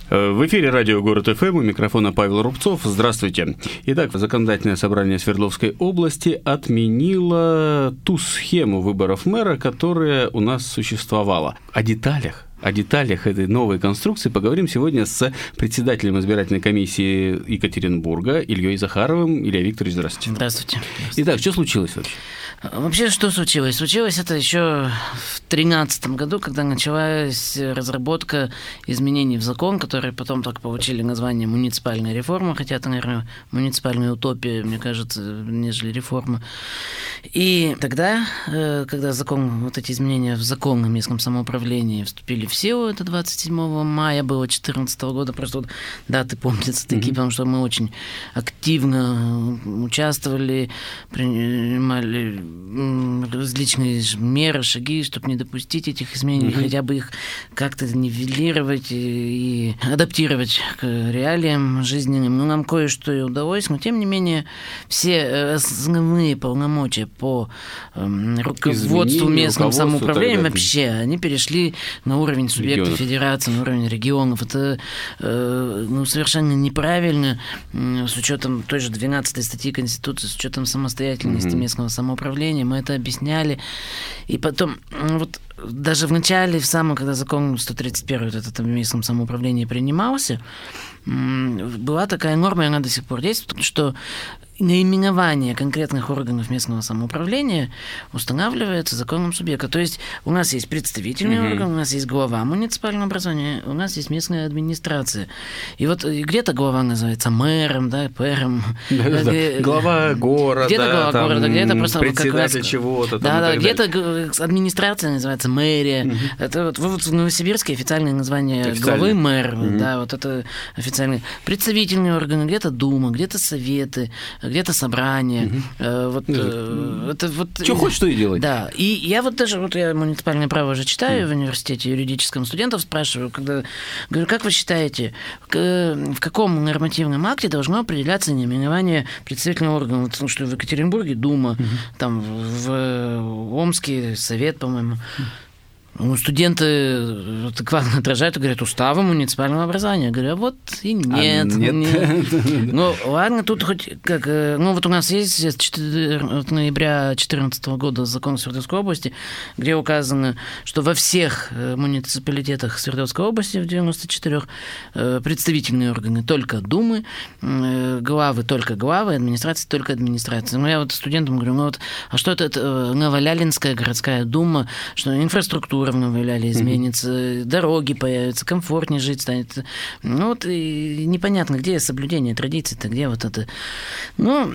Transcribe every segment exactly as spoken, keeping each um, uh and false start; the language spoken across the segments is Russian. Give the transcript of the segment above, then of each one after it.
В эфире радио «Город ФМ», у микрофона Павел Рубцов. Здравствуйте. Итак, Законодательное собрание Свердловской области отменило ту схему выборов мэра, которая у нас существовала. О деталях. О деталях этой новой конструкции поговорим сегодня с председателем избирательной комиссии Екатеринбурга Ильей Захаровым. Илья Викторович, здравствуйте. Здравствуйте. Итак, что случилось вообще? Вообще, что случилось? Случилось это еще в две тысячи тринадцатом году, когда началась разработка изменений в закон, которые потом так получили название муниципальная реформа, хотя это, наверное, муниципальная утопия, мне кажется, нежели реформа. И тогда, когда закон, вот эти изменения в закон о местном самоуправлении вступили в силу, это двадцать седьмого мая было две тысячи четырнадцатого года, просто вот даты помнятся такие, mm-hmm. потому что мы очень активно участвовали, принимали различные меры, шаги, чтобы не допустить этих изменений, mm-hmm. хотя бы их как-то нивелировать и, и адаптировать к реалиям жизненным. Ну, нам кое-что и удалось, но, тем не менее, все основные полномочия по э, руководству местным самоуправлением вообще, они перешли на уровень субъектов регионов. Федерации, на уровень регионов. Это э, ну, совершенно неправильно э, с учетом той же двенадцатой статьи Конституции, с учетом самостоятельности mm-hmm. местного самоуправления. Мы это объясняли. И потом, вот даже в начале, в самом, когда закон сто тридцать первый вот этот о местном самоуправлении принимался, была такая норма, и она до сих пор действует, что наименование конкретных органов местного самоуправления устанавливается законом субъекта. То есть у нас есть представительный mm-hmm. орган, у нас есть глава муниципального образования, у нас есть местная администрация. И вот где-то глава называется мэром, да, пэром. Да-да-да. Глава города, где-то глава там, города, где-то просто председатель как раз, чего-то. Да-да, где-то администрация называется мэрия. Mm-hmm. Это вот, вот в Новосибирске официальное название главы мэр, mm-hmm. да, вот это официальный. Представительные органы, где-то дума, где-то советы, где-то собрание. Угу. Э, вот, э, это, вот, что хочешь, что и делать. Да. И я вот даже, вот я муниципальное право уже читаю угу. в университете юридическом, студентов спрашиваю, когда говорю, как вы считаете, в каком нормативном акте должно определяться наименование представительного органа? Вот, что в Екатеринбурге дума, угу. там в Омске совет, по-моему. Ну, студенты адекватно отражают и говорят, уставом муниципального образования. Я говорю, а вот и нет. А нет. нет. Ну, ладно, тут хоть как... Ну, вот у нас есть с четырнадцатого ноября две тысячи четырнадцатого года закон Свердловской области, где указано, что во всех муниципалитетах Свердловской области, в девяноста четырёх, представительные органы только думы, главы только главы, администрация только администрация. Ну, я вот студентам говорю, ну вот, а что это, это Новолялинская городская дума, что инфраструктура в Новоляле изменится, mm-hmm. дороги появятся, комфортнее жить станет. Ну вот и непонятно, где соблюдение традиций-то, где вот это. Ну,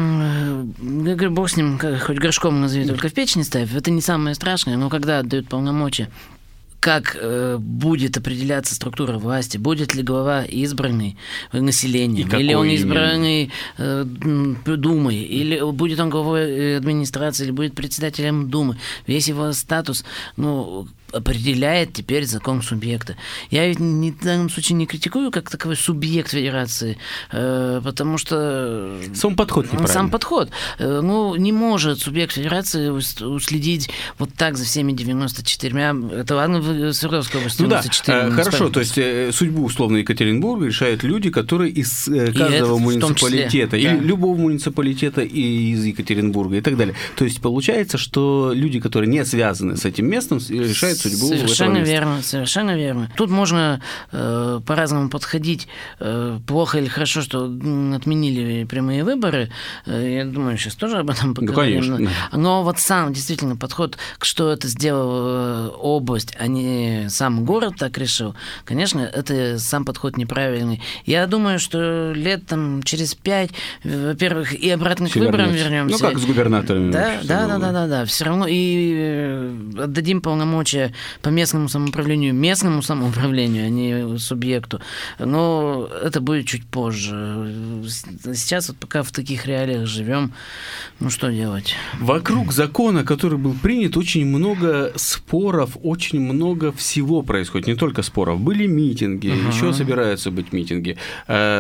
я говорю, бог с ним, хоть горшком назови, mm-hmm. только в печь не ставь. Это не самое страшное, но когда отдают полномочия, как э, будет определяться структура власти, будет ли глава избранный населением, или он избранный э, Думой, или будет он главой администрации, или будет председателем Думы. Весь его статус, ну, определяет теперь закон субъекта. Я ведь ни в данном случае не критикую как таковой субъект федерации, э, потому что... Сам подход неправильный. Сам подход. Э, ну, не может субъект федерации уследить вот так за всеми девяноста четырьмя... Это ладно, в Свердловской области ну девяносто четыре. Да, хорошо, то есть э, судьбу условно Екатеринбурга решают люди, которые из э, каждого муниципалитета, числе, или да. любого муниципалитета и из Екатеринбурга и так далее. То есть получается, что люди, которые не связаны с этим местом, решают судьбу совершенно верно, совершенно верно. Тут можно э, по-разному подходить. Э, плохо или хорошо, что отменили прямые выборы. Э, я думаю, сейчас тоже об этом поговорим. Ну, конечно. Но, но вот сам действительно подход, что это сделала область, а не сам город так решил, конечно, это сам подход неправильный. Я думаю, что лет там через пять, во-первых, и обратно все к выборам вернемся. вернемся. Ну, как с губернаторами. Да, да, да, да, да, да. Все равно и отдадим полномочия по местному самоуправлению местному самоуправлению, а не субъекту. Но это будет чуть позже. Сейчас вот пока в таких реалиях живем, ну что делать? Вокруг закона, который был принят, очень много споров, очень много всего происходит, не только споров. Были митинги, uh-huh. еще собираются быть митинги.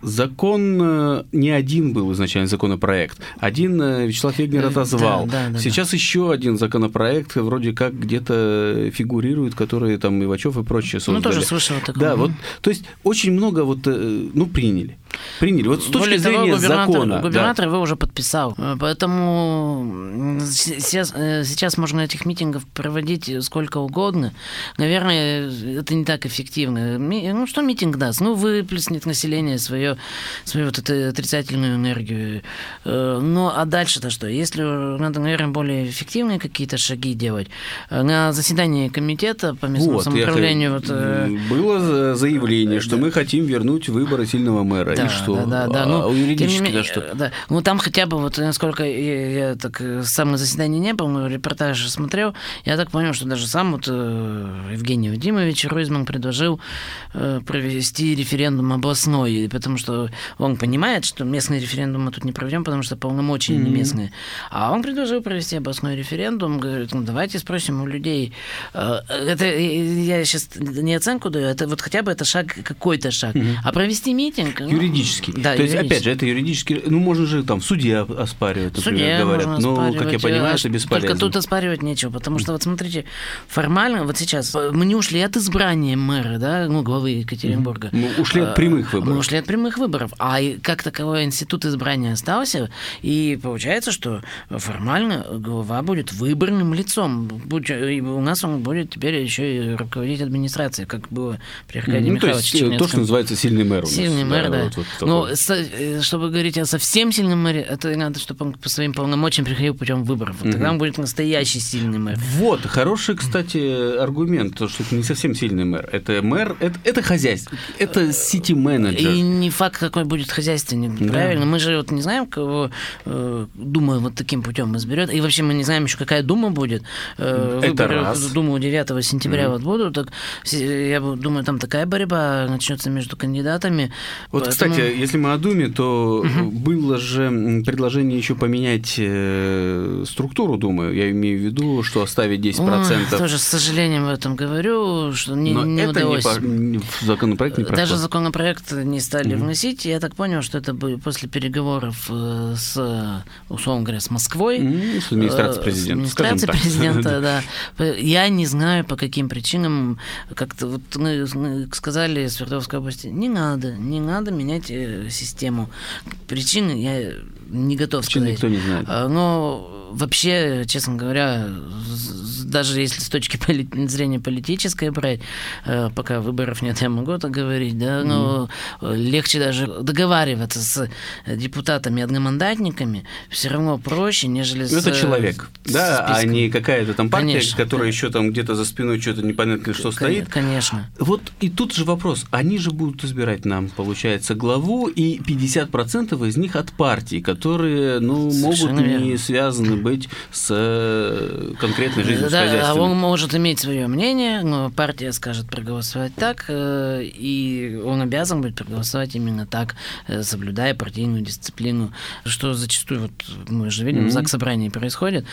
закон не один был изначально законопроект. Один Вячеслав Вегнер отозвал. Да, да, да, Сейчас да. еще один законопроект вроде как где-то фигурирует, который там Ивачев и прочие создали. Ну, тоже слышал такое. Да, вот, то есть очень много вот, ну, приняли. Приняли. Вот с точки Более зрения того, губернатор, закона. Губернатор да. его уже подписал. Поэтому сейчас, сейчас можно этих митингов проводить сколько угодно. Наверное, это не так эффективно. Ну, что митинг даст? Ну, выплеснет население свою, свою вот эту отрицательную энергию. Ну, а дальше-то что? Если надо, наверное, более эффективные какие-то шаги делать, на заседании комитета по местному вот, самоуправлению... Я, вот, было заявление, что да. мы хотим вернуть выборы сильного мэра. Да, и что? Да, да, да. А ну, юридически менее, да, что? Да. Ну, там хотя бы, вот насколько я, я так сам на заседании не был, но репортаж смотрел, я так понял, что даже сам вот Евгений Вадимович Ройзман предложил провести референдум областной, потому что он понимает, что местный референдум мы тут не проведем, потому что полномочия mm-hmm. не местные. А он предложил провести областной референдум, говорит, ну, давайте спросим у людей. Это я сейчас не оценку даю, это вот хотя бы это шаг, какой-то шаг. Mm-hmm. А провести митинг... Юридически. Да, То есть, юридически. опять же, это юридически... Ну, можно же там в суде оспаривать, например, Суде говорят. Но, оспаривать, как я понимаю, это бесполезно. Только тут оспаривать нечего, потому что, вот смотрите, формально, вот сейчас мы не ушли от избрания мэра, да, ну, главы Екатеринбурга. Мы ушли от прямых выборов. Мы ушли от прямых выборов. А как таковой институт избрания остался, и получается, что формально глава будет выборным лицом. И у нас он будет теперь еще и руководить администрацией, как было при Аркадии ну, Михайловиче то есть, то, что называется сильный мэр у нас. Сильный мэр, да. Вот, вот Но чтобы говорить о совсем сильном мэре, это надо, чтобы он по своим полномочиям приходил путем выборов. Вот тогда он будет настоящий сильный мэр. Вот, хороший, кстати, аргумент, то, что это не совсем сильный мэр. Это мэр, это, это хозяйство, это сити-менеджер. И не факт, какой будет хозяйственник, да. Правильно? Мы же вот не знаем, кого э, Дума вот таким путем изберет. И вообще мы не знаем еще, какая Дума будет. Э, выборы в Думу девятого сентября mm. вот будут. Так, я думаю, там такая борьба начнется между кандидатами. Вот, поэтому... кстати, если мы о Думе, то угу. было же предложение еще поменять структуру Думы. Я имею в виду, что оставить десять процентов. Ой, тоже с сожалением в этом говорю, что не, Но не это удалось. Не по... законопроект не прошло. Даже законопроект не стали угу. вносить. Я так понял, что это после переговоров с, условно говоря, с Москвой. Угу. С администрацией президента. С администрацией президента, да. Я не знаю, по каким причинам. Как-то вот мы сказали Свердловской области, не надо, не надо менять систему. Причины я не готов сказать. Никто не знает. Но вообще, честно говоря, даже если с точки зрения политической брать, пока выборов нет, я могу так говорить, да, но mm. легче даже договариваться с депутатами-одномандатниками, все равно проще, нежели ну, с... Это человек, с, да, с а не какая-то там партия, конечно, которая конечно. еще там где-то за спиной что-то непонятно что стоит. Конечно. Вот и тут же вопрос, они же будут избирать нам, получается, главу, и пятьдесят процентов из них от партий, которые, ну, совершенно могут верно. Не связаны быть с конкретной жизнью, да, с хозяйством. Он может иметь свое мнение, но партия скажет проголосовать так, и он обязан будет проголосовать именно так, соблюдая партийную дисциплину, что зачастую, вот мы же видим, mm-hmm. в Заксобрании происходит.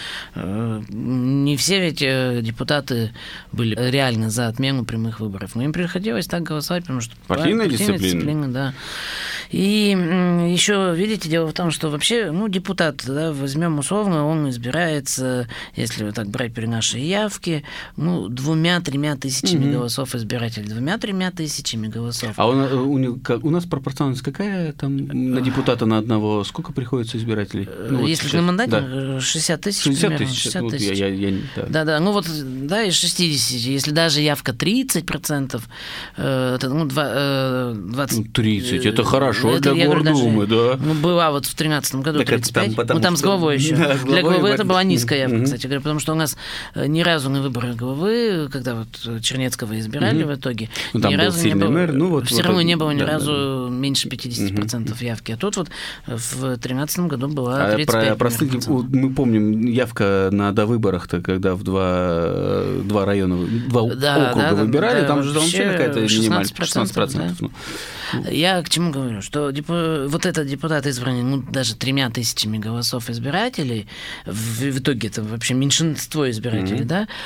Не все ведь депутаты были реально за отмену прямых выборов, но им приходилось так голосовать, потому что партийная, партийная дисциплина. дисциплина, да. И еще, видите, дело в том, что вообще, ну, депутат, да, возьмем условно, он избирается, если вот так брать при нашей явке, ну, двумя-тремя тысячами mm-hmm. голосов избирателей, двумя-тремя тысячами голосов. А у, у, у нас пропорциональность какая там на депутата на одного? Сколько приходится избирателей? Ну, если вот на мандате, да. шестьдесят тысяч шестьдесят примерно. тысяч. шестьдесят тысяч. Вот я, я, я, да. да, да, ну вот, да, из шестидесяти, если даже явка тридцать процентов, э, это, ну, двадцать... Ну, тридцать, это хорошо это, для Гордумы, да. Ну, была вот в тринадцатом году так тридцать пять, там, ну, там что... с главой еще. Да, для главы это была низкая явка, угу. кстати говоря, потому что у нас ни разу на выборах главы, когда вот Чернецкого избирали угу. в итоге, ну, там ни был разу не было, мэр, ну, вот, все вот, равно вот, не было ни да, разу да. меньше пятьдесят процентов угу. явки, а тут вот в тринадцатом году была а тридцать пять про простых, мы помним явка на довыборах-то, когда в два, два района, два да, округа да, выбирали, да, там же вообще какая-то минимальная шестнадцать процентов. Да. Ну. Я к чему говорю, что депу... вот этот депутат избранный, ну, даже тремя тысячами голосов избирателей, в, в итоге это вообще меньшинство избирателей, mm-hmm. да,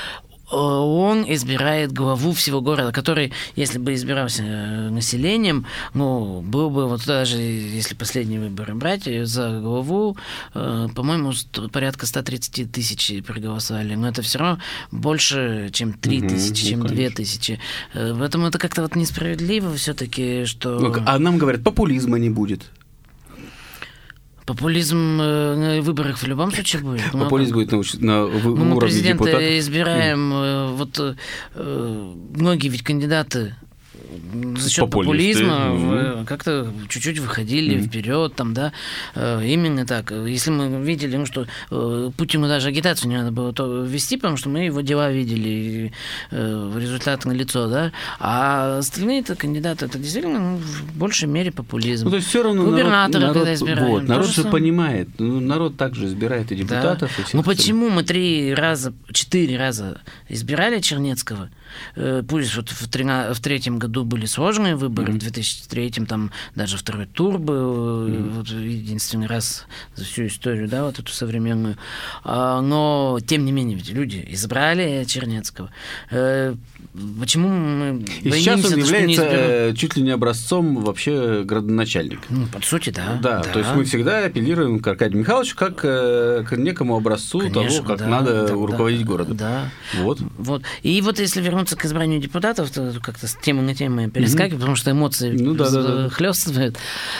он избирает главу всего города, который, если бы избирался населением, ну, был бы, вот даже если последние выборы брать, за главу, по-моему, порядка сто тридцать тысяч проголосовали, но это все равно больше, чем три тысячи, угу, чем ну, две тысячи. Поэтому это как-то вот несправедливо все-таки, что... Ну, а нам говорят, популизма не будет. Популизм на выборах в любом случае будет. Популизм будет на, на в, ну, мы уровне президента депутатов. избираем, mm. вот многие ведь кандидаты за счет популизма mm-hmm. как-то чуть-чуть выходили mm-hmm. вперед, там, да, именно так. Если мы видели, ну, что Путину даже агитацию не надо было то вести, потому что мы его дела видели, результат налицо, да, а остальные-то кандидаты, это действительно, ну, в большей мере популизм. Ну, то есть все равно губернатора, народ, когда избираем. Вот, народ же самое. понимает, ну, народ также избирает и депутатов. Да. И ну почему мы три раза, четыре раза избирали Чернецкого? Пусть вот в, трина... в третьем году были сложные выборы, mm-hmm. в две тысячи третьем там даже второй тур был, mm-hmm. вот, единственный раз за всю историю, да, вот эту современную. А, но, тем не менее, ведь люди избрали Чернецкого. Почему мы и сейчас он является чуть ли не образцом вообще градоначальника. Ну, по сути, да. Да, да. То есть мы всегда апеллируем к Аркадию Михайловичу как к некому образцу, конечно, того, как да, надо да, руководить да, городом. Да. Вот. Вот. И вот если вернуться к избранию депутатов, то как-то с темы на тему перескакиваю, mm-hmm. потому что эмоции ну, да, да, да. хлёстывают,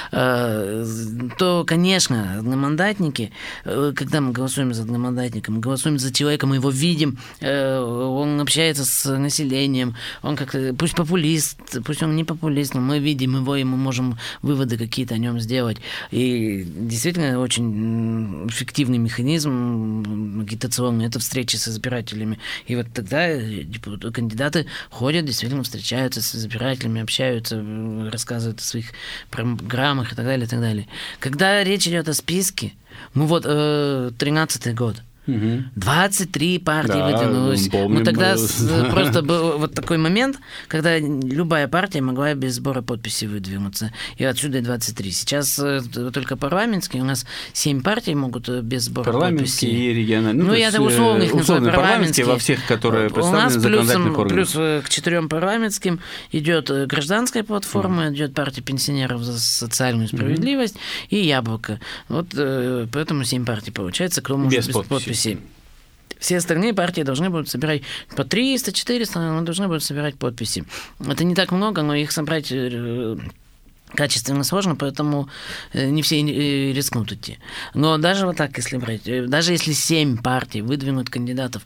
то, конечно, одномандатники, когда мы голосуем за одномандатника, мы голосуем за человека, мы его видим, он общается с населением, он как-то, пусть популист, пусть он не популист, но мы видим его, и мы можем выводы какие-то о нем сделать. И действительно очень эффективный механизм агитационный, это встречи с избирателями. И вот тогда кандидаты ходят, действительно встречаются с избирателями, общаются, рассказывают о своих программах и так далее, и так далее. Когда речь идет о списке, ну вот тринадцатый год, двадцать три партии да, выдвинулось. Ну тогда просто был вот такой момент, когда любая партия могла без сбора подписей выдвинуться. И отсюда и двадцать три. Сейчас только парламентские. У нас семь партий могут без сбора парламентские подписей. И региональные. Ну, ну я условно их называю парламентские. Во всех, которые представлены в законодательных органах. Плюс к четырем парламентским идет гражданская платформа, mm. идет партия пенсионеров за социальную справедливость mm-hmm. и Яблоко. Вот поэтому семь партий получается, кто может без, без подписи. Все остальные партии должны будут собирать по триста-четыреста, но должны будут собирать подписи. Это не так много, но их собрать качественно сложно, поэтому не все рискнут идти. Но даже вот так, если брать, даже если семь партий выдвинут кандидатов,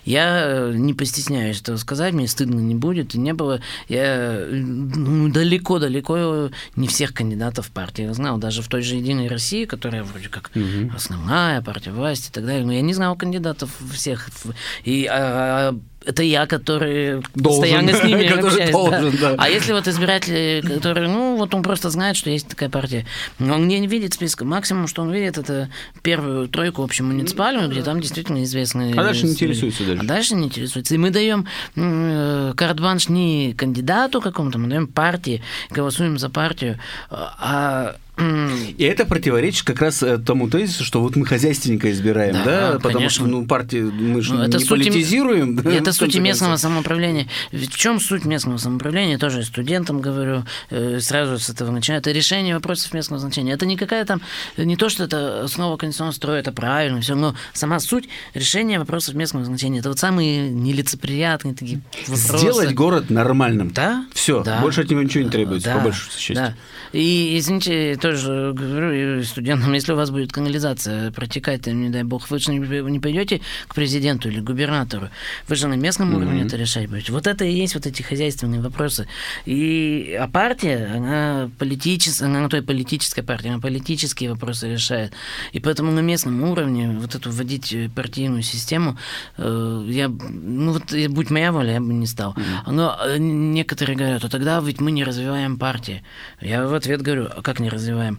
я не постесняюсь этого сказать, мне стыдно не будет, и не было. Я ну, далеко-далеко не всех кандидатов партии я знал, даже в той же «Единой России», которая вроде как угу. основная партия власти и так далее, но я не знал кандидатов всех. И а, это я, который должен, постоянно с ними общаюсь. Должен, да. Да. А если вот избиратель, который, ну, вот он просто знает, что есть такая партия, он не видит списка. Максимум, что он видит, это первую тройку общемуниципальную, где там действительно известные... А дальше не интересуется даже. А дальше не интересуется. И мы даем карт-бланш не кандидату какому-то, мы даем партии, голосуем за партию, а... И это противоречит как раз тому тезису, что вот мы хозяйственника избираем, да, да? Потому конечно. Что ну, партии мы же ну, не суть, политизируем. Это да, суть местного самоуправления. Ведь в чем суть местного самоуправления? Тоже студентам говорю, сразу с этого начинаю. Это решение вопросов местного значения. Это не какая там, не то, что это основа конституционного строя, это правильно, все, но сама суть решения вопросов местного значения. Это вот самые нелицеприятные такие вопросы. Сделать город нормальным. Да. Все, да. больше от него ничего не требуется, да. по большей части. Да. И, извините, тоже говорю студентам, если у вас будет канализация протекать, не дай бог, вы же не пойдете к президенту или губернатору, вы же на местном mm-hmm. уровне это решать будете. Вот это и есть вот эти хозяйственные вопросы. И, а партия, она политическая, она на той политической партии, она политические вопросы решает. И поэтому на местном уровне вот эту вводить партийную систему, э, я, ну вот, будь моя воля, я бы не стал. Mm-hmm. Но некоторые говорят, а тогда ведь мы не развиваем партии. Я в ответ говорю, а как не развиваем? подразумеваем.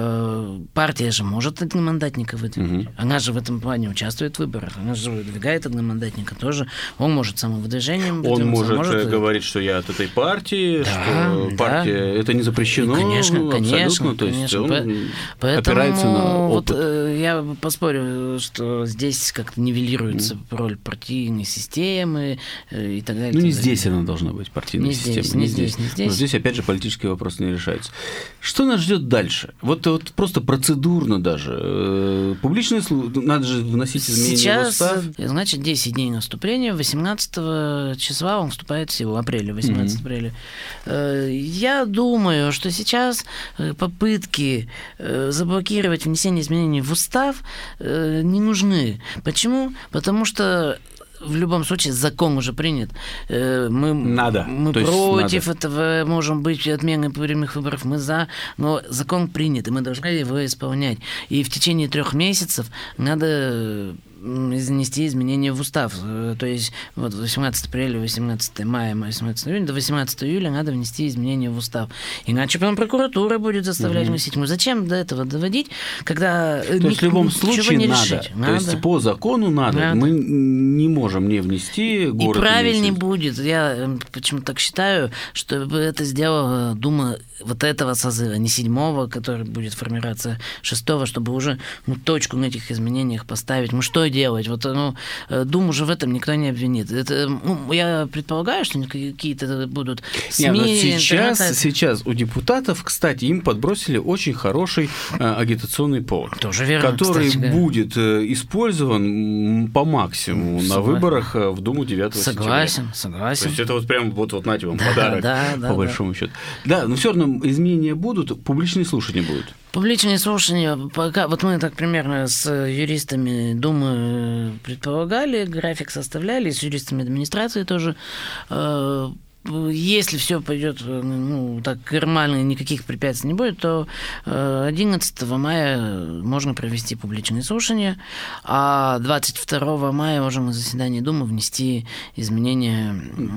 Партия же может одномандатника выдвинуть. Угу. Она же в этом плане участвует в выборах. Она же выдвигает одномандатника тоже. Он может самовыдвижением Он может, может говорить, что я от этой партии, да, что партия... Да. Это не запрещено. Конечно, конечно. Абсолютно. То конечно. есть он Поэтому опирается на опыт. Вот, я поспорю, что здесь как-то нивелируется mm. роль партийной системы и так далее. Ну, не так здесь далее. она должна быть, партийная не система. Здесь, не, не здесь, не здесь. Но здесь, опять же, политические вопросы не решаются. Что нас ждет дальше? Вот, вот просто процедурно даже. Публичные службы, надо же вносить изменения Сейчас, в устав. Значит, десять дней наступления, восемнадцатого числа он вступает в силу, апреля, восемнадцатого mm-hmm. апреля. Я думаю, что сейчас попытки заблокировать внесение изменений в устав не нужны. Почему? Потому что в любом случае закон уже принят. Мы, надо. мы против надо. этого, можем быть отмены прямых выборов, мы за, но закон принят, и мы должны его исполнять. И в течение трех месяцев надо внести изменения в устав. То есть вот восемнадцатого апреля, восемнадцатого мая, восемнадцатого июня, до восемнадцатого июля надо внести изменения в устав. Иначе потом прокуратура будет заставлять угу. вносить. Ну зачем до этого доводить, когда То есть в любом случае не надо. решить? То надо. есть по закону надо. надо. Мы не можем не внести, город И правильнее внесет. будет, я почему-то так считаю, чтобы это сделала Дума вот этого созыва, не седьмого, который будет формироваться шестого, чтобы уже ну, точку на этих изменениях поставить. Ну что делать? Вот, ну, Думу уже в этом никто не обвинит. Это, ну, я предполагаю, что какие-то будут СМИ... Нет, но сейчас, интернет... сейчас у депутатов, кстати, им подбросили очень хороший э, агитационный повод, Тоже верно, который кстати, будет э, использован по максимуму Согласен. на выборах в Думу девятого согласен, сентября. Согласен, То есть это вот прям вот, вот нате вам да, подарок, да, по да, большому да. счету. Да, но все равно изменения будут, публичные слушания будут. Публичные слушания, пока, вот мы так примерно с юристами Думы предполагали, график составляли, с юристами администрации тоже. Если все пойдет ну, так нормально, никаких препятствий не будет, то одиннадцатого мая можно провести публичные слушания, а двадцать второго мая можем на заседании Думы внести изменения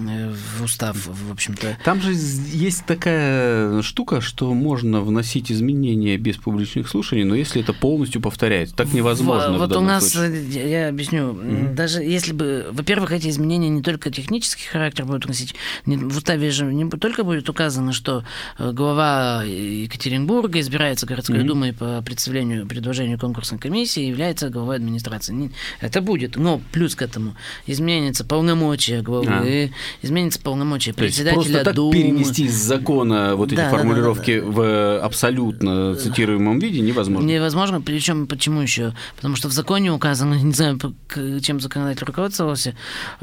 в устав, в общем-то. Там же есть такая штука, что можно вносить изменения без публичных слушаний, но если это полностью повторяется, так невозможно. Вот в у нас, случае. я объясню, mm-hmm. даже если бы, во-первых, эти изменения не только технический характер будут носить, в уставе же не только будет указано, что глава Екатеринбурга избирается городской mm-hmm. думой по представлению, предложению конкурсной комиссии и является главой администрации. Это будет, но плюс к этому изменится полномочия главы, а. изменится полномочия То председателя есть просто так Думы. Перенести из закона вот эти да, формулировки да, да, да. в абсолютно цитируемом виде невозможно. Невозможно, причем почему еще? Потому что в законе указано, не знаю, чем законодатель руководствовался,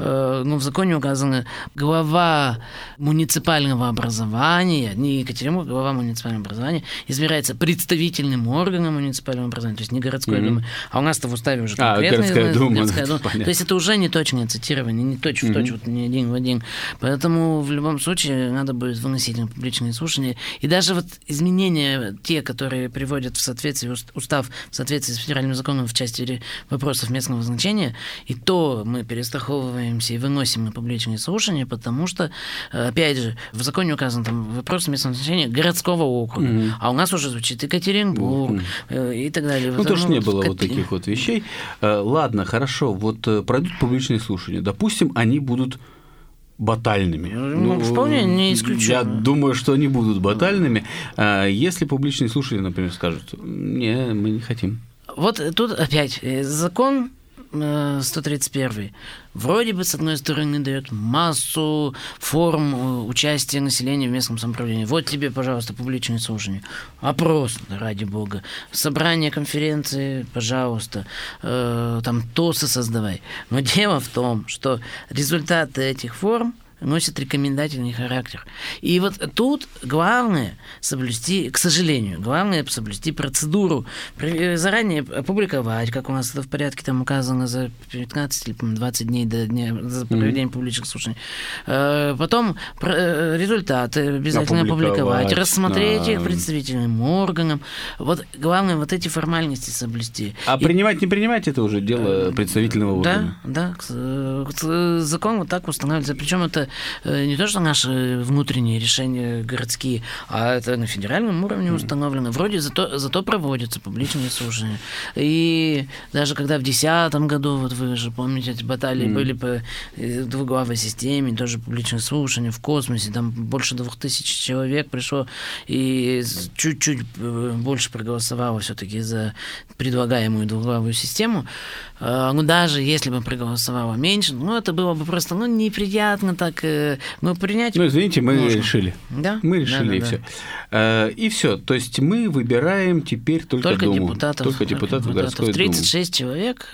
но в законе указано глава муниципального образования, не Екатеринбург, глава муниципального образования избирается представительным органом муниципального образования, то есть не городской mm-hmm. думы, а у нас-то в уставе уже конкретно. А, городская дума. Городская дума. То есть это уже не точное цитирование, не точь в точь, mm-hmm. вот не один в один. Поэтому в любом случае надо будет выносить на публичные слушания. И даже вот изменения, те, которые приводят в соответствие устав, в соответствии с федеральным законом в части вопросов местного значения, и то мы перестраховываемся и выносим на публичные слушания, потому что опять же, в законе указан там вопрос местного значения городского округа, mm-hmm. а у нас уже звучит Екатеринбург mm-hmm. и так далее. Ну, вот, тоже ну, не было вот вот таких вот вещей. Ладно, хорошо, вот пройдут публичные слушания. Допустим, они будут батальными. Ну, вполне не исключено. Я думаю, что они будут батальными. Если публичные слушания, например, скажут, не, мы не хотим. Вот тут опять закон сто тридцать первый вроде бы, с одной стороны, дает массу форм участия населения в местном самоуправлении. Вот тебе, пожалуйста, публичные слушания. Опрос, ради бога. Собрание, конференции, пожалуйста. Э, там ТОСы создавай. Но дело в том, что результаты этих форм носит рекомендательный характер. И вот тут главное соблюсти, к сожалению, главное соблюсти процедуру, заранее опубликовать, как у нас это в порядке там указано, за пятнадцать или двадцать дней до дня за проведение mm-hmm. публичных слушаний. Потом результаты обязательно опубликовать, рассмотреть да. их представительным органам. Вот главное вот эти формальности соблюсти. А И... принимать, не принимать, это уже дело представительного органа. Да, да. Закон вот так устанавливается. Причем это не то, что наши внутренние решения городские, а это на федеральном уровне установлено. Вроде зато, зато проводятся публичные слушания. И даже когда в две тысячи десятом году, вот вы же помните, эти баталии mm. были по двуглавой системе, тоже публичные слушания в космосе, там больше двух тысяч человек пришло, и чуть-чуть больше проголосовало все-таки за предлагаемую двуглавую систему. Ну, даже если бы проголосовало меньше, ну, это было бы просто, ну, неприятно так, ну, принять... Ну, извините, мы можно. решили. Да? Мы решили, да, да, и да. все. И все. То есть мы выбираем теперь только, только Думу. Депутатов, только депутатов, депутатов городской Думы. тридцать шесть человек.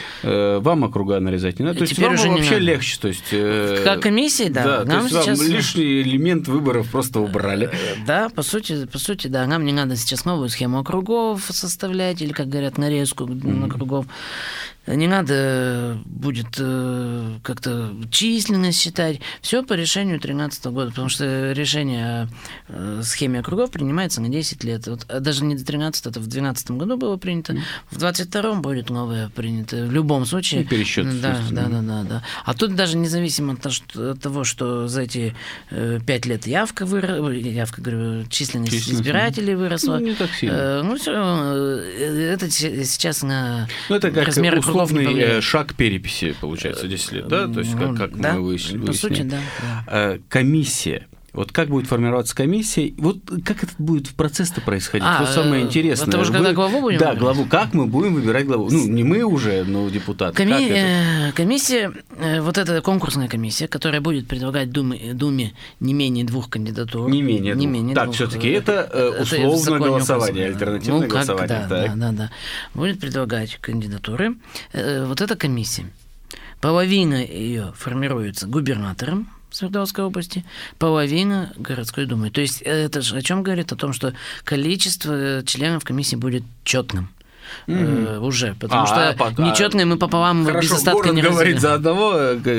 Вам округа нарезать не надо. То есть вам вообще надо. легче. То есть, как комиссии, да. Да, нам то есть сейчас... вам лишний элемент выборов просто убрали. Да, по сути, по сути, да. Нам не надо сейчас новую схему округов составлять, или, как говорят, нарезку mm-hmm. округов. Не надо будет э, как-то численность считать. Все по решению две тысячи тринадцатого года, потому что решение о э, схеме округов принимается на десять лет. Вот, даже не до тринадцатого, это в две тысячи двенадцатом году было принято, mm. в двадцать втором будет новое принято. В любом случае. И пересчет. Да, да, да, да, да. А тут даже независимо от того, что за эти э, пять лет явка выросла, явка, говорю, численность, численность избирателей выросла. Ну, не так сильно. Э, ну, все равно, это сейчас на ну, это как размер округов. Условный шаг переписи, получается, десять лет, да? То есть, как, как да, мы выяснили. По сути, да, да. Комиссия. Вот как будет формироваться комиссия, вот как это будет в процессе происходить? А, вот самое интересное. Это уже когда Вы... главу будем Да, выбирать? главу. Как мы будем выбирать главу? Ну, не мы уже, но депутаты. Коми... Это? Комиссия, вот эта конкурсная комиссия, которая будет предлагать Думе, Думе не менее двух кандидатур. Не менее не двух. Менее так, двух. все-таки это условное это голосование, альтернативное ну, как, голосование. Да, так. да, да, да. Будет предлагать кандидатуры. Вот эта комиссия. Половина ее формируется губернатором Свердловской области, половина городской думы. То есть это же о чем говорит? О том, что количество членов комиссии будет четным. Mm-hmm. Э, уже, потому а, что пока... нечетные мы пополам Хорошо, без остатка не разделим. говорит за одного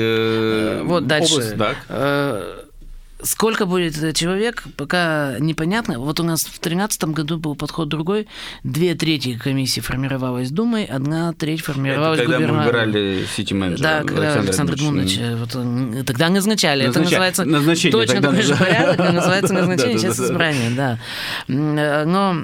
э, вот дальше. Область, так. Э, Сколько будет человек, пока непонятно. Вот у нас в две тысячи тринадцатом году был подход другой. Две трети комиссии формировалась Думой, одна треть формировалась губернатором. Это когда мы выбирали сити-менеджера. Да, когда Александр Эдмундович. Вот, тогда назначали. Назначали. Это называется назначение, точно такой же порядок, называется назначение, сейчас избрание, да. Но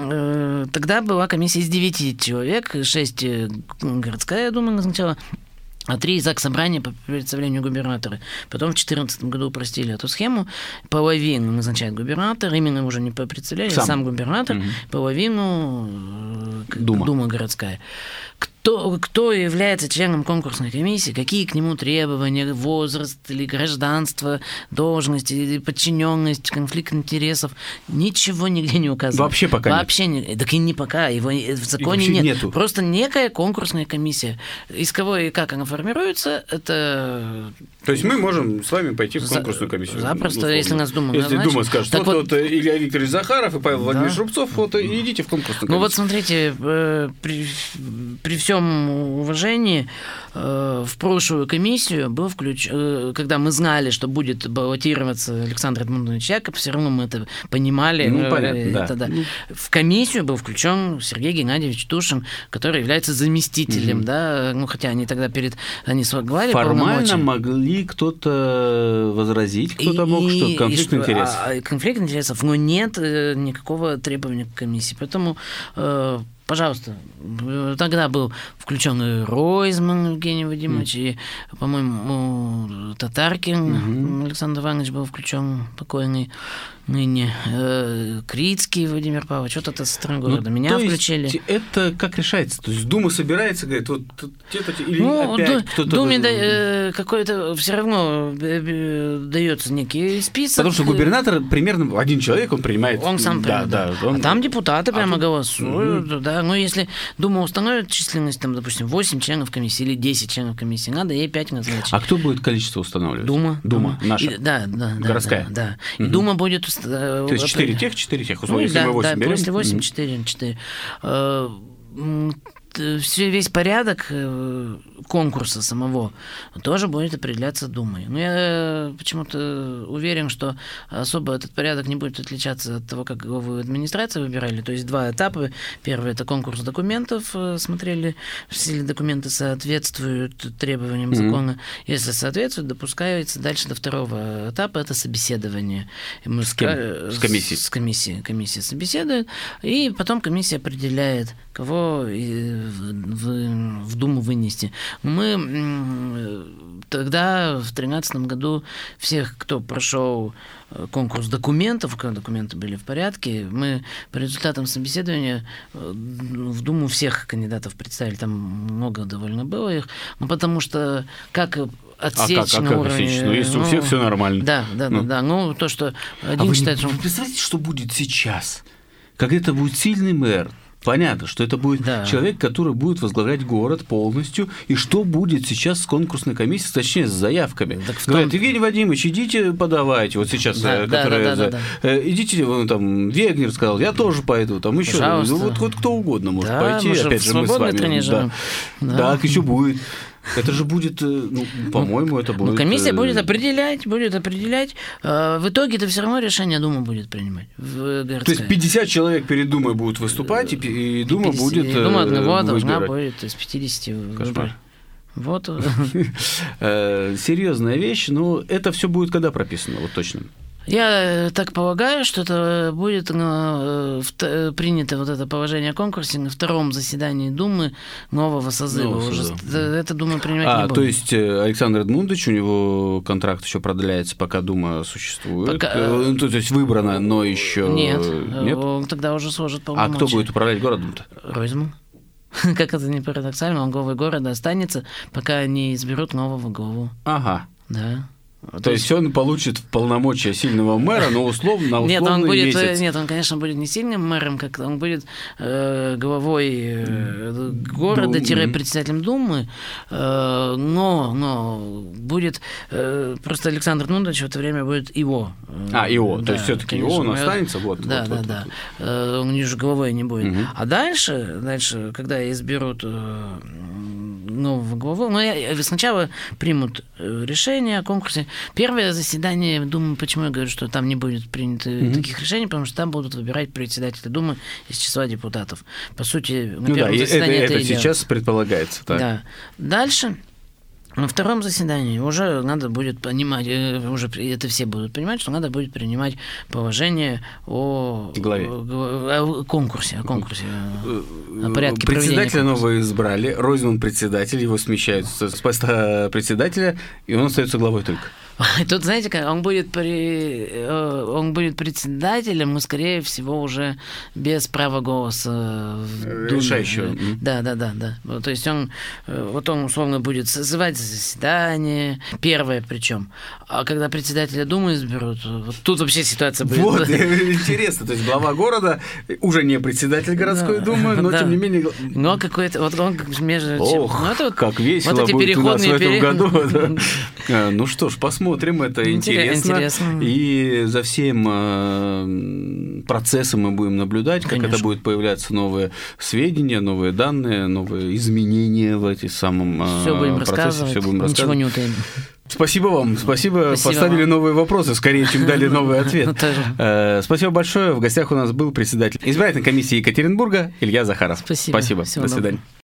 тогда была комиссия из девяти человек, шесть городская дума назначала, а три заксобрания по представлению губернатора. Потом в две тысячи четырнадцатом году упростили эту схему. Половину назначает губернатор, именно уже не по представлению, сам, сам губернатор, угу. половину Дума. Дума городская. Кто, кто является членом конкурсной комиссии, какие к нему требования, возраст или гражданство, должность, или подчиненность, конфликт интересов, ничего нигде не указано. Вообще пока Вообще нет. Не, так и не пока, его в законе нет. Нету. Просто некая конкурсная комиссия. Из кого и как она формируется, это... То есть мы можем с вами пойти в конкурсную комиссию? Запросто, условно. Если нас Дума Если назначит. Дума скажет, так вот, вот, вот Илья Викторович Захаров и Павел да. Владимирович Рубцов, вот идите в конкурсную комиссию. Ну вот смотрите, при, при всем уважении, в прошлую комиссию был включен, когда мы знали, что будет баллотироваться Александр Эдмундович Якоб, все равно мы это понимали. Ну, понятно, это, да. Да. В комиссию был включен Сергей Геннадьевич Тушин, который является заместителем, mm-hmm. да, ну хотя они тогда перед, они согласовали формально могли кто-то возразить, кто-то и, мог, что конфликт и, интересов. А, конфликт интересов, но нет никакого требования к комиссии, поэтому пожалуйста, тогда был включен Ройзман Евгений Вадимович, mm. и, по-моему, Татаркин mm-hmm. Александр Иванович был включен, покойный ныне, Крицкий Владимир Павлович, вот это со стороны города. Ну, меня включили. Есть это как решается? То есть Дума собирается, говорит, вот это или ну, опять ду- кто-то... Думе да, э, какой-то все равно дается некий список. Потому что губернатор примерно один человек, он принимает... Он сам да, принимает. Да, да, он... А там депутаты а прямо тут... голосуют. Угу. Да. Ну, если Дума установит численность, там, допустим, восемь членов комиссии или десять членов комиссии, надо ей пять назначить. А кто будет количество устанавливать? Дума. Дума, Дума. наша. И, да, да. Городская. Да, да. Угу. И Дума будет... То есть четыре тех, четыре тех, условно, ну, если да, мы восемь да, берем. если восемь, четыре, четыре. все, весь порядок конкурса самого тоже будет определяться Думой. Но я почему-то уверен, что особо этот порядок не будет отличаться от того, как главу администрации выбирали. То есть два этапа. Первый – это конкурс документов. Смотрели, все ли документы соответствуют требованиям mm-hmm. закона. Если соответствуют, допускается дальше до второго этапа – это собеседование. Мы с кем? С комиссией? С комиссией. Комиссия собеседует, и потом комиссия определяет, кого в, в Думу вынести. Мы тогда, в две тысячи тринадцатом году, всех, кто прошел конкурс документов, когда документы были в порядке, мы по результатам собеседования в Думу всех кандидатов представили, там много довольно было их, ну, потому что как отсечь а как, на а как уровне... Отсечь? Ну, если ну, у всех все нормально. Да, да, ну. да, да. Ну, то, что один а считает, вы, что... Вы представляете, что будет сейчас? Когда это будет сильный мэр, понятно, что это будет да. человек, который будет возглавлять город полностью, и что будет сейчас с конкурсной комиссией, точнее, с заявками. Так том... Говорят, Евгений Вадимович, идите подавайте, вот сейчас, да, которые... Да, да, да, да. Идите, вон, там, Вегнер сказал, я тоже пойду, там еще, ну, вот, вот кто угодно может да, пойти, мы опять же, мы с вами. Да. Да. Так еще будет. Это же будет, ну, по-моему, это будет... Ну, комиссия будет определять, будет определять. В итоге-то все равно решение Дума будет принимать. То есть пятьдесят человек перед Думой будут выступать, и Дума пятьдесят, будет и Дума одного выбирать. Должна будет из пятидесяти выбрать. Вот. Серьезная вещь, но это все будет когда прописано, вот точно? Я так полагаю, что это будет ну, принято вот это положение о конкурсе на втором заседании Думы нового созыва. Ну, уже это Дума принимать а, не будет. То есть Александр Эдмундович, у него контракт еще продляется, пока Дума существует. Пока... То есть выбрано, но еще нет. Нет. Он тогда уже сложит полномочия. А кто будет управлять городом-то? Ройзман. Как это не парадоксально, он главой города останется, пока не изберут нового главу. Ага. Да. То, То есть он получит полномочия сильного мэра, но условно на условный нет, он будет, месяц. Нет, он, конечно, будет не сильным мэром, как он будет э, главой э, города-председателем Думы, э, но, но будет э, просто Александр Эдмундович в это время будет его. Э, а, его, да, то есть все-таки его он останется, вот. Да, вот, да, вот, да. Вот. Э, он ниже головой не будет. Угу. А дальше, дальше, когда изберут э, нового главу, ну, я, сначала примут решение о конкурсе. Первое заседание Думы, почему я говорю, что там не будет принято mm-hmm. таких решений, потому что там будут выбирать председателя Думы из числа депутатов. По сути, на ну первом да, заседании это, это, это сейчас предполагается. Так. Да. Дальше. На втором заседании уже надо будет понимать, уже это все будут понимать, что надо будет принимать положение о, Главе. о, о конкурсе, о конкурсе, о порядке председателя нового избрали, Ройзман председатель, его смещают с поста председателя, и он остается главой только. Тут, знаете, как он будет, при... он будет председателем, и, скорее всего, уже без права голоса в Думе. Решающего. Да, да, да, да. То есть он, вот он, условно, будет созывать заседание, первое причем. А когда председателя Думы изберут, вот тут вообще ситуация будет... Вот, интересно. То есть глава города уже не председатель городской да, думы, но, да. тем не менее... Но какой-то... Вот он между... Ох, ну, это вот, как весело вот эти будет у нас в этом пере... году. Да. Ну что ж, посмотрим. Смотрим, это интересно. интересно. И за всем э, процессом мы будем наблюдать, как Конечно. это будет появляться новые сведения, новые данные, новые изменения в этих самом э, все будем процессе. Все будем рассказывать. Ничего не утаим. Спасибо вам. Спасибо. Спасибо Поставили вам. новые вопросы, скорее, чем дали новый ответ. Спасибо большое. В гостях у нас был председатель избирательной комиссии Екатеринбурга Илья Захаров. Спасибо. Спасибо. До свидания.